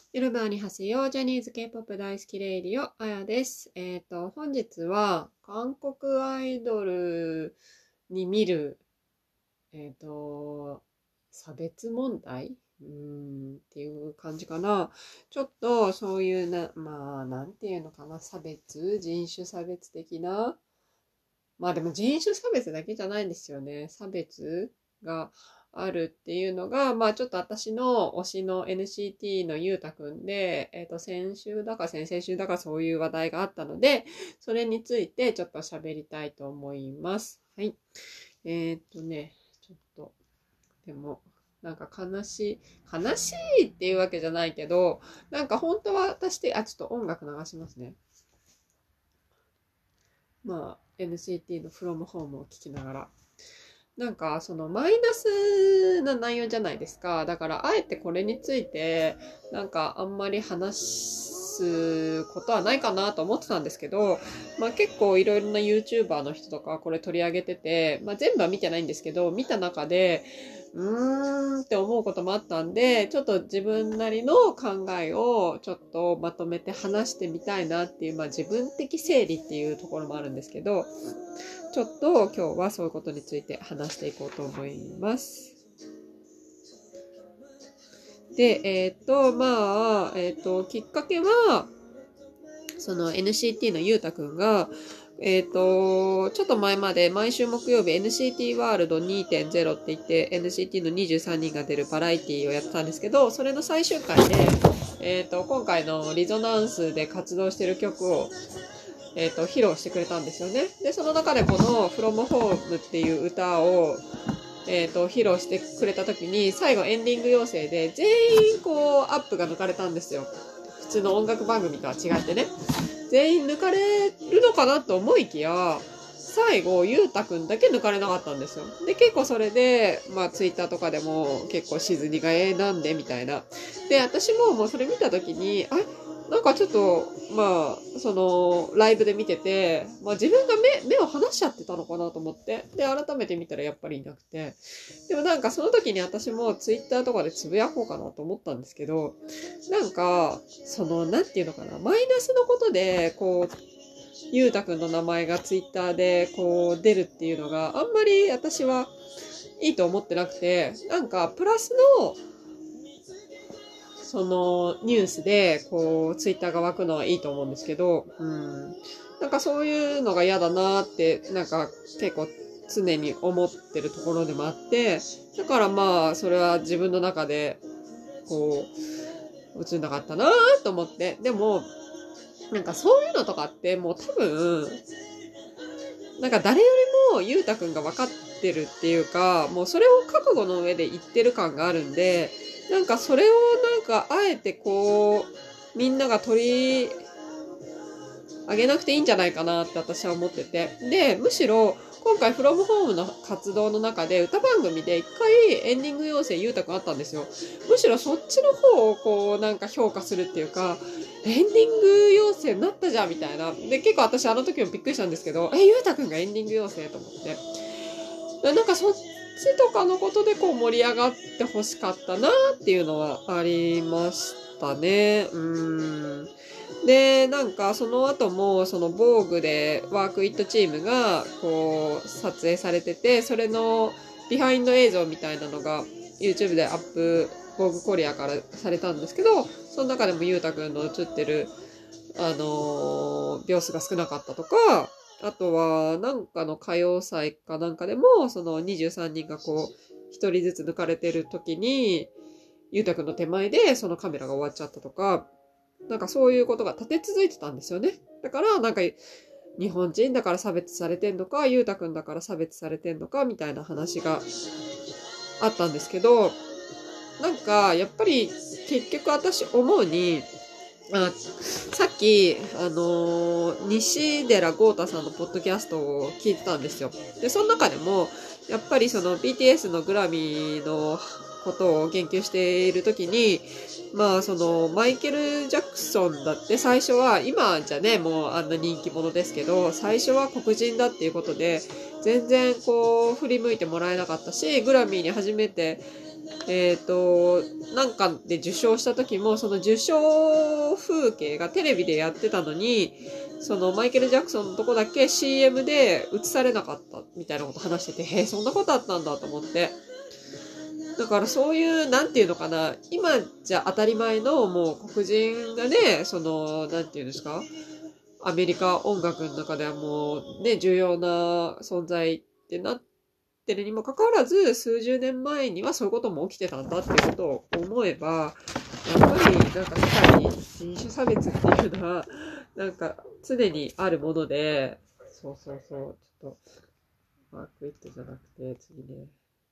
ヨルバーにハセヨジャニーズ K-POP 大好きレイディオ、あやです。本日は韓国アイドルに見る、差別問題っていう感じかな。ちょっとそういうなんていうのかな、人種差別的な。まあでも人種差別だけじゃないんですよね。差別があるっていうのが、まあちょっと私の推しの NCT のゆうたくんで、先週だか先々週だかそういう話題があったので、それについてちょっと喋りたいと思います。はい。ちょっと、でも、なんか悲しいっていうわけじゃないけど、なんか本当は私で、ちょっと音楽流しますね。まあ、NCT の From Home を聞きながら。なんか、そのマイナスな内容じゃないですか。だから、あえてこれについて、なんかあんまり話すことはないかなと思ってたんですけど、まあ結構いろいろな YouTuber の人とかこれ取り上げてて、まあ全部は見てないんですけど、見た中で、って思うこともあったんで、ちょっと自分なりの考えをちょっとまとめて話してみたいなっていう、まあ自分的整理っていうところもあるんですけど、ちょっと今日はそういうことについて話していこうと思います。で、きっかけは、その NCT のゆうたくんが、ちょっと前まで毎週木曜日 NCT ワールド 2.0 って言って NCT の23人が出るバラエティをやってたんですけど、それの最終回で、今回のリゾナンスで活動してる曲を披露してくれたんですよね。で、その中でこの From Home っていう歌を、披露してくれた時に、最後エンディング要請で全員こうアップが抜かれたんですよ。普通の音楽番組とは違ってね。全員抜かれるのかなと思いきや、最後、ゆうたくんだけ抜かれなかったんですよ。で、結構それで、まあツイッターとかでも結構しずにがなんでみたいな。で、私ももうそれ見た時に、なんかちょっと、まあ、その、ライブで見てて、まあ自分が目を離しちゃってたのかなと思って。で、改めて見たらやっぱりいなくて。でもなんかその時に私もツイッターとかでつぶやこうかなと思ったんですけど、なんか、その、なんていうのかな、マイナスのことで、こう、ゆうたくんの名前がツイッターでこう出るっていうのがあんまり私はいいと思ってなくて、なんかプラスのそのニュースでこうツイッターが湧くのはいいと思うんですけど、なんかそういうのが嫌だなってなんか結構常に思ってるところでもあって、だからまあそれは自分の中でこう映んなかったなと思って、でもなんかそういうのとかってもう多分なんか誰よりもゆうたくんが分かってるっていうか、もうそれを覚悟の上で言ってる感があるんで、なんかそれをなんかあえてこう、みんなが取り上げなくていいんじゃないかなって私は思ってて。で、むしろ今回 From Home の活動の中で歌番組で一回エンディング要請ゆうたくんあったんですよ。むしろそっちの方をこうなんか評価するっていうか、エンディング要請になったじゃんみたいな。で、結構私あの時もびっくりしたんですけど、ゆうたくんがエンディング要請と思って。なんかそっちとかのことでこう盛り上がってほしかったなっていうのはありましたね。で、なんかその後もその防具でワークイットチームがこう撮影されてて、それのビハインド映像みたいなのが YouTube でアップ、防具コリアからされたんですけど、その中でもゆうたくんの映ってる秒数が少なかったとか、あとは、なんかの歌謡祭かなんかでも、その23人がこう、一人ずつ抜かれてる時に、ゆうたくんの手前でそのカメラが終わっちゃったとか、なんかそういうことが立て続いてたんですよね。だから、なんか、日本人だから差別されてんのか、ゆうたくんだから差別されてんのか、みたいな話があったんですけど、なんか、やっぱり結局私思うに、さっき、西寺豪太さんのポッドキャストを聞いてたんですよ。で、その中でも、やっぱりその BTS のグラミーのことを言及しているときに、まあそのマイケル・ジャクソンだって最初は、今じゃね、もうあんな人気者ですけど、最初は黒人だっていうことで、全然こう振り向いてもらえなかったし、グラミーに初めてなんかで受賞した時も、その受賞風景がテレビでやってたのに、そのマイケル・ジャクソンのとこだけ CM で映されなかったみたいなこと話してて、そんなことあったんだと思って。だからそういう、なんていうのかな、今じゃ当たり前のもう黒人がね、その、なんていうんですか、アメリカ音楽の中ではもうね、重要な存在ってなってるにもかかわらず、数十年前にはそういうことも起きてたんだっていうことを思えば、やっぱりなんか世界に人種差別っていうのは、なんか常にあるもので、そうそうそう、ちょっと、マークイットじゃなくて、次ね。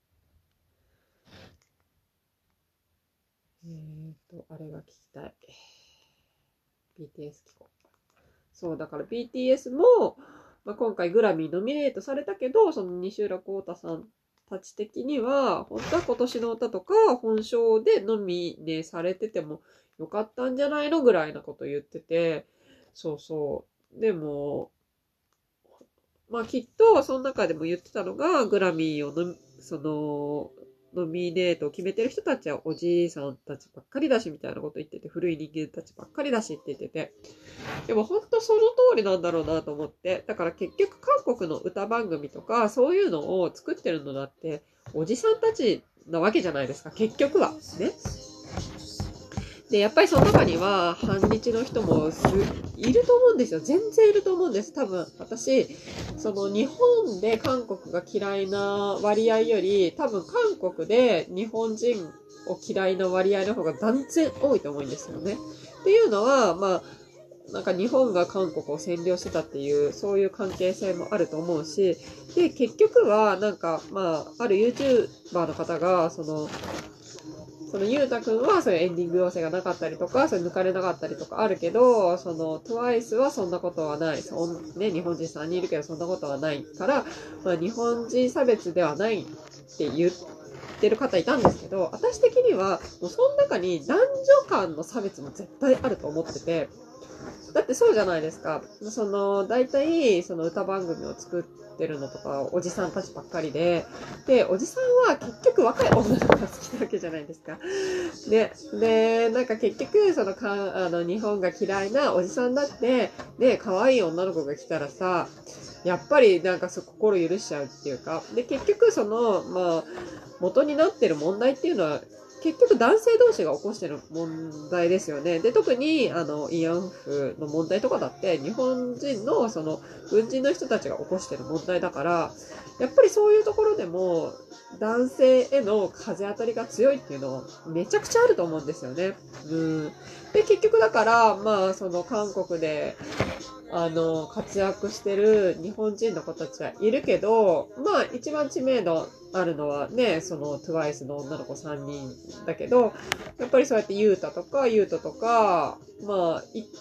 あれが聞きたい。BTS 聞こう。そう、だから BTS も、まあ、今回グラミーノミネートされたけど、その西浦幸太さんたち的には、本当は今年の歌とか本賞でノミネされててもよかったんじゃないのぐらいなこと言ってて、そうそう。でも、まあきっとその中でも言ってたのが、グラミーをノミネートを決めてる人たちはおじいさんたちばっかりだしみたいなこと言ってて、古い人間たちばっかりだしって言ってて、でも本当その通りなんだろうなと思って。だから結局韓国の歌番組とかそういうのを作ってるのだっておじさんたちなわけじゃないですか。結局は。ね。で、やっぱりその中には反日の人もいると思うんですよ。全然いると思うんです。多分私、その日本で韓国が嫌いな割合より多分韓国で日本人を嫌いな割合の方が断然多いと思うんですよね。っていうのは、まあ、なんか日本が韓国を占領してたっていう、そういう関係性もあると思うし、で、結局は、なんか、まあ、ある YouTuber の方が、そのゆうたくんはそういうエンディング要請がなかったりとか、それ抜かれなかったりとかあるけど、その TWICE はそんなことはない。ね、日本人3人いるけどそんなことはないから、まあ日本人差別ではないって言ってる方いたんですけど、私的には、もうその中に男女間の差別も絶対あると思ってて、だってそうじゃないですか。大体、その歌番組を作ってるのとか、おじさんたちばっかりで、で、おじさんは結局若い女の子が好きなわけじゃないですか。で、なんか結局、日本が嫌いなおじさんだって、で、可愛い女の子が来たらさ、やっぱりなんか心許しちゃうっていうか、で、結局まあ、元になってる問題っていうのは、結局男性同士が起こしてる問題ですよね。で、特に、慰安婦の問題とかだって、日本人の、軍人の人たちが起こしてる問題だから、やっぱりそういうところでも、男性への風当たりが強いっていうのは、めちゃくちゃあると思うんですよね。うん。で、結局だから、まあ、韓国で、活躍してる日本人の子たちはいるけど、まあ、一番知名度あるのはね、その TWICE の女の子3人だけど、やっぱりそうやってユータとか、まあ、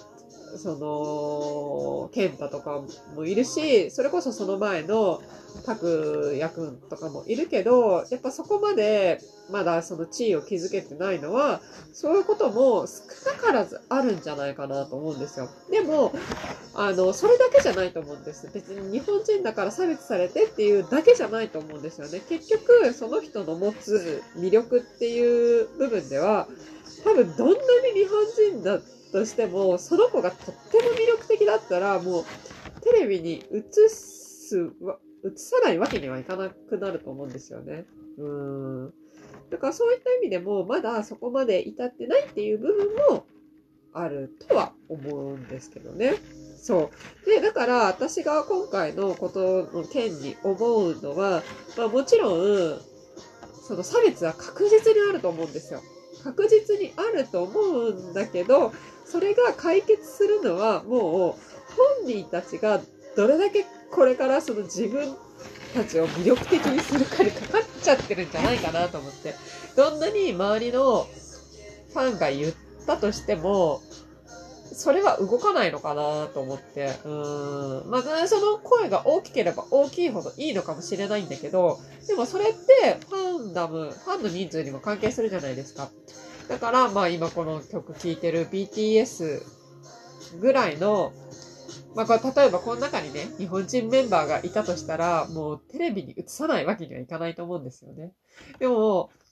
ケンタとかもいるし、それこそその前のタクヤくんとかもいるけど、やっぱそこまでまだその地位を築けてないのは、そういうことも少なからずあるんじゃないかなと思うんですよ。でも、それだけじゃないと思うんです。別に日本人だから差別されてっていうだけじゃないと思うんですよね。結局、その人の持つ魅力っていう部分では、多分どんなに日本人だとしても、その子がとっても魅力的だったら、もうテレビに映さないわけにはいかなくなると思うんですよね。だからそういった意味でも、まだそこまで至ってないっていう部分もあるとは思うんですけどね。そう。で、だから私が今回のことの件に思うのは、まあもちろん、その差別は確実にあると思うんですよ。確実にあると思うんだけど、それが解決するのはもう本人たちがどれだけこれからその自分たちを魅力的にするかにかかっちゃってるんじゃないかなと思って。どんなに周りのファンが言ったとしても、それは動かないのかなと思って。まあ、その声が大きければ大きいほどいいのかもしれないんだけど、でもそれってファンの人数にも関係するじゃないですか。だから、まあ今この曲聴いてる BTS ぐらいの、まあこれ例えばこの中にね、日本人メンバーがいたとしたら、もうテレビに映さないわけにはいかないと思うんですよね。でも、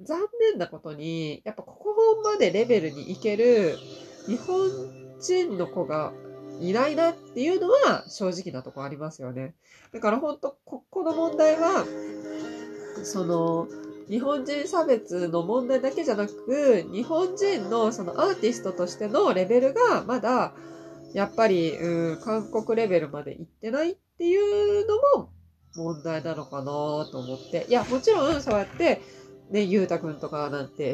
残念なことに、やっぱここまでレベルに行ける日本人の子がいないなっていうのは正直なとこありますよね。だから本当ここの問題は、その、日本人差別の問題だけじゃなく、日本人のそのアーティストとしてのレベルがまだ、やっぱり、韓国レベルまで行ってないっていうのも問題なのかなと思って。いや、もちろんそうやって、ね、ゆうたくんとかなんて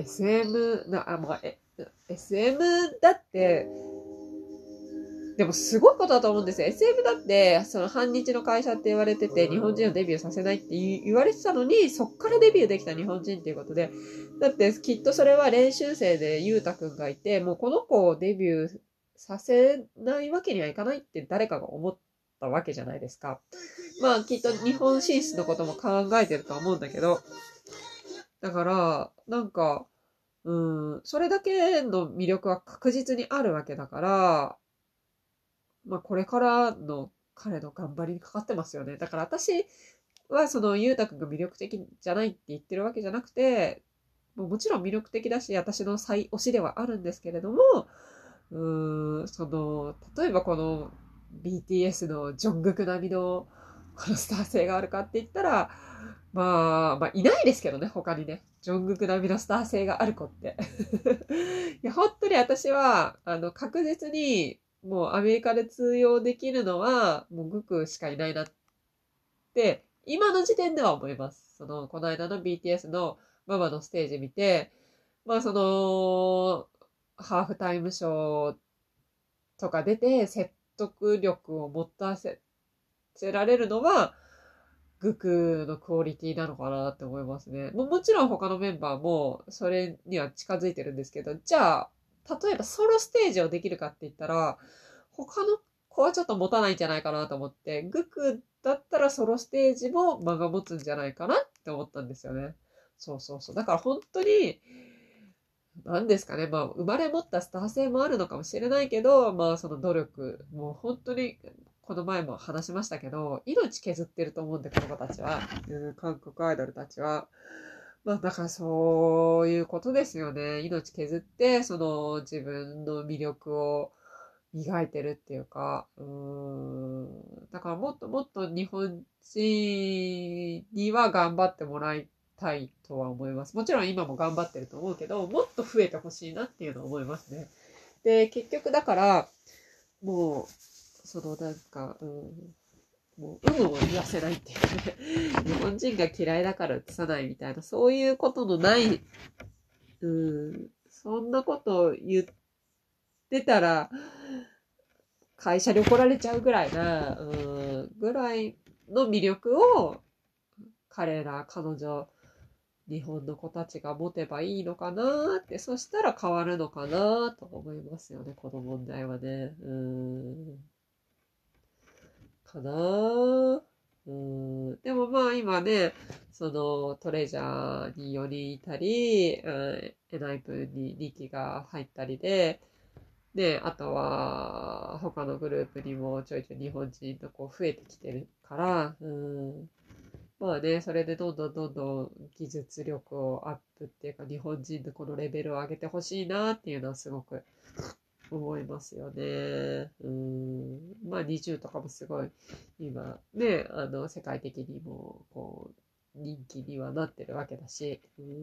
SM だって、でもすごいことだと思うんですよ。SM だって、その反日の会社って言われてて、日本人をデビューさせないって言われてたのに、そっからデビューできた日本人っていうことで、だってきっとそれは練習生でゆうたくんがいて、もうこの子をデビューさせないわけにはいかないって誰かが思ったわけじゃないですか。まあきっと日本進出のことも考えてるとは思うんだけど、だから、なんか、それだけの魅力は確実にあるわけだから、まあこれからの彼の頑張りにかかってますよね。だから私はそのゆうたくんが魅力的じゃないって言ってるわけじゃなくて、もちろん魅力的だし、私の最推しではあるんですけれども、その、例えばこの BTS のジョングク並みのこのスター性があるかって言ったら、まあ、いないですけどね、他にね。ジョングク並みのスター性がある子って。いや、本当に私は、確実に、もうアメリカで通用できるのは、もうグクしかいないなって、今の時点では思います。その、この間の BTS のママのステージ見て、まあその、ハーフタイムショーとか出て説得力を持たせられるのは、グクのクオリティなのかなって思いますね。もちろん他のメンバーもそれには近づいてるんですけど、じゃあ、例えばソロステージをできるかって言ったら、他の子はちょっと持たないんじゃないかなと思って、グクだったらソロステージも間が持つんじゃないかなって思ったんですよね。そうそうそう。だから本当に、なんですかね。まあ、生まれ持ったスター性もあるのかもしれないけど、まあ、その努力、もう本当に、この前も話しましたけど、命削ってると思うんで、この子たちは。韓国アイドルたちは。まあ、だからそういうことですよね。命削って、その自分の魅力を磨いてるっていうか、だからもっともっと日本人には頑張ってもらいたいとは思います。もちろん今も頑張ってると思うけど、もっと増えてほしいなっていうのは思いますね。で、結局だから、もう、そのなんか、もう、有無を言わせないっていうね。日本人が嫌いだから映さないみたいな、そういうことのない、そんなことを言ってたら、会社に怒られちゃうぐらいな、ぐらいの魅力を彼ら、彼女、日本の子たちが持てばいいのかなって、そしたら変わるのかなと思いますよね、この問題はね。かなでもまあ今ね、そのトレジャーに4人いたり、エナイプに2期が入ったりで、で、あとは、他のグループにもちょいちょい日本人とこう増えてきてるから、まあね、それでどんどんどんどん技術力をアップっていうか、日本人のこのレベルを上げてほしいなっていうのはすごく思いますよね。まあ20とかもすごい、今ね、世界的にも、こう、人気にはなってるわけだし、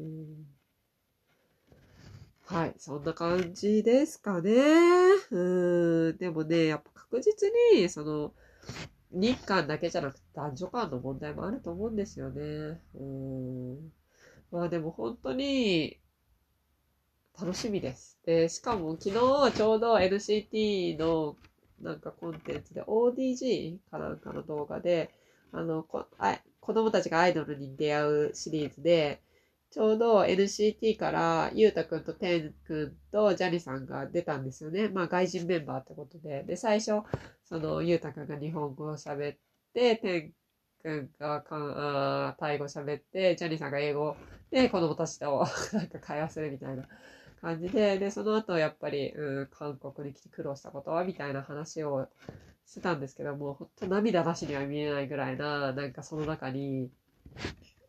はい、そんな感じですかね。でもね、やっぱ確実に、その、日韓だけじゃなくて男女間の問題もあると思うんですよね。まあでも本当に楽しみです。で、しかも昨日ちょうど NCT のなんかコンテンツで ODG かなんかの動画で、子供たちがアイドルに出会うシリーズで、ちょうど NCT からゆうたくんとてんくんとジャニさんが出たんですよね。まあ外人メンバーってことで。で、最初、そのゆうたくんが日本語を喋って、てんくんがタイ語喋って、ジャニさんが英語で子供たちとなんか会話するみたいな感じで、で、その後やっぱり、韓国に来て苦労したことはみたいな話をしてたんですけども、ほんと涙なしには見えないぐらいな、なんかその中に、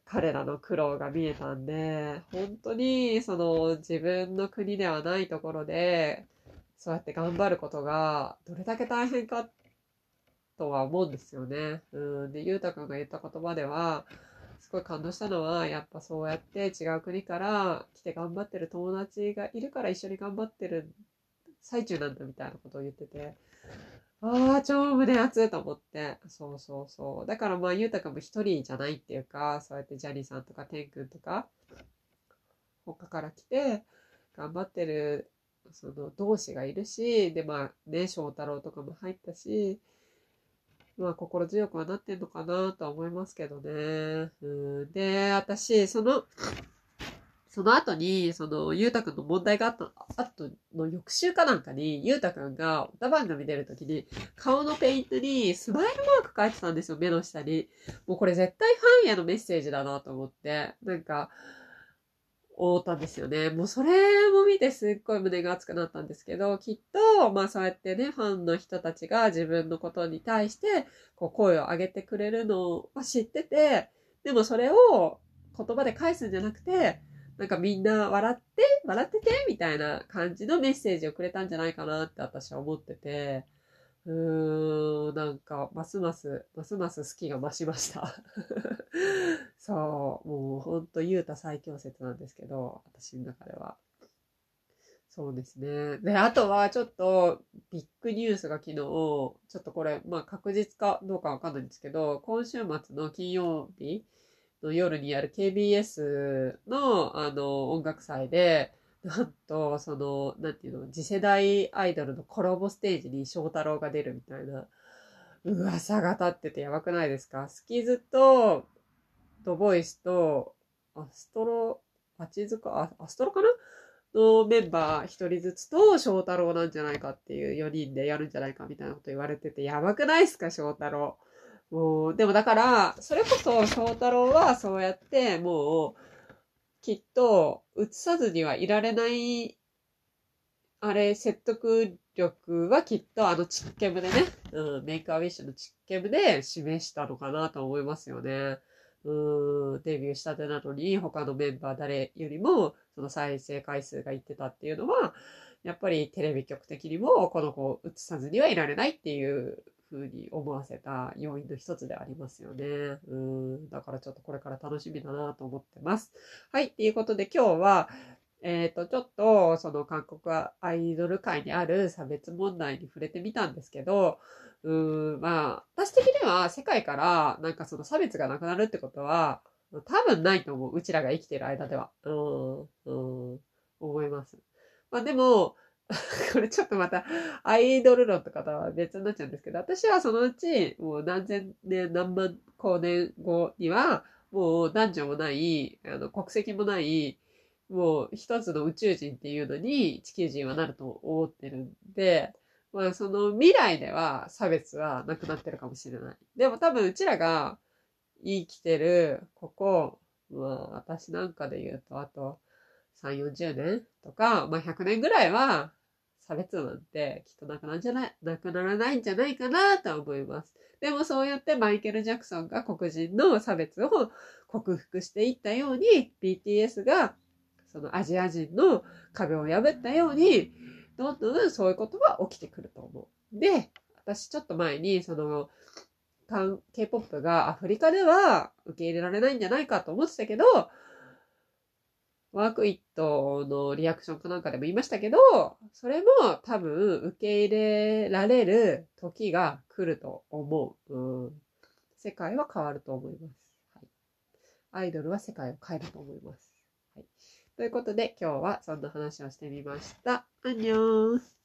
彼らの苦労が見えたんで、本当にその自分の国ではないところで、そうやって頑張ることがどれだけ大変かとは思うんですよね。で、ゆうたくんが言った言葉では、すごい感動したのは、やっぱそうやって違う国から来て頑張ってる友達がいるから一緒に頑張ってる最中なんだみたいなことを言ってて、ああ、超胸熱いと思って。そうそうそう。だからまあ、ゆうたくんも一人じゃないっていうか、そうやってジャニーさんとかてんくんとか、他から来て、頑張ってる、その同志がいるし、でまあね、翔太郎とかも入ったし、まあ心強くはなってんのかなとは思いますけどね。で、私、その後に、ゆうたくんの問題があった後の翌週かなんかに、ゆうたくんが歌番組出るときに、顔のペイントにスマイルマーク書いてたんですよ、目の下に。もうこれ絶対ファンへのメッセージだなと思って、なんか、思ったんですよね。もうそれも見てすっごい胸が熱くなったんですけど、きっと、まあそうやってね、ファンの人たちが自分のことに対して、こう声を上げてくれるのは知ってて、でもそれを言葉で返すんじゃなくて、なんかみんな笑ってて、みたいな感じのメッセージをくれたんじゃないかなって私は思ってて、なんか、ますます好きが増しました。そう、もうほんとゆうた最強説なんですけど、私の中では。そうですね。で、あとはちょっとビッグニュースが昨日、ちょっとこれ、まあ確実かどうかわかんないんですけど、今週末の金曜日の夜にやる KBS の音楽祭で、なんと、なんていうの、次世代アイドルのコラボステージに翔太郎が出るみたいな噂が立っててやばくないですか？スキズと、ドボイスと、アストロ、パチズか、アストロかなのメンバー一人ずつと翔太郎なんじゃないかっていう4人でやるんじゃないかみたいなこと言われてて、やばくないですか、翔太郎。もう、でもだから、それこそ翔太郎はそうやってもう、きっと映さずにはいられないあれ、説得力はきっとチッケムでね、メイクアウィッシュのチッケムで示したのかなと思いますよね。デビューしたてなのに他のメンバー誰よりもその再生回数がいってたっていうのは、やっぱりテレビ局的にもこの子を映さずにはいられないっていう風に思わせた要因の一つでありますよね。だからちょっとこれから楽しみだなと思ってます。はい、ということで今日は、ちょっと、その韓国アイドル界にある差別問題に触れてみたんですけど、まあ、私的には世界からなんかその差別がなくなるってことは、多分ないと思う。うちらが生きてる間では。思います。まあでも、これちょっとまたアイドル論とかとは別になっちゃうんですけど、私はそのうちもう何千年何万光年後にはもう男女もない、国籍もない、もう一つの宇宙人っていうのに地球人はなると思ってるんで、まあその未来では差別はなくなってるかもしれない。でも多分うちらが生きてるここ、まあ私なんかで言うとあと3、40年とか、まあ100年ぐらいは差別なんてきっとなくならないんじゃないかなとは思います。でもそうやってマイケル・ジャクソンが黒人の差別を克服していったように、BTS がそのアジア人の壁を破ったように、どんどんそういうことは起きてくると思う。で、私ちょっと前に、K-POP がアフリカでは受け入れられないんじゃないかと思ってたけど、ワークイットのリアクションかなんかでも言いましたけど、それも多分受け入れられる時が来ると思う。世界は変わると思います。はい、アイドルは世界を変えると思います。はい、ということで今日はそんな話をしてみました。アンニョン。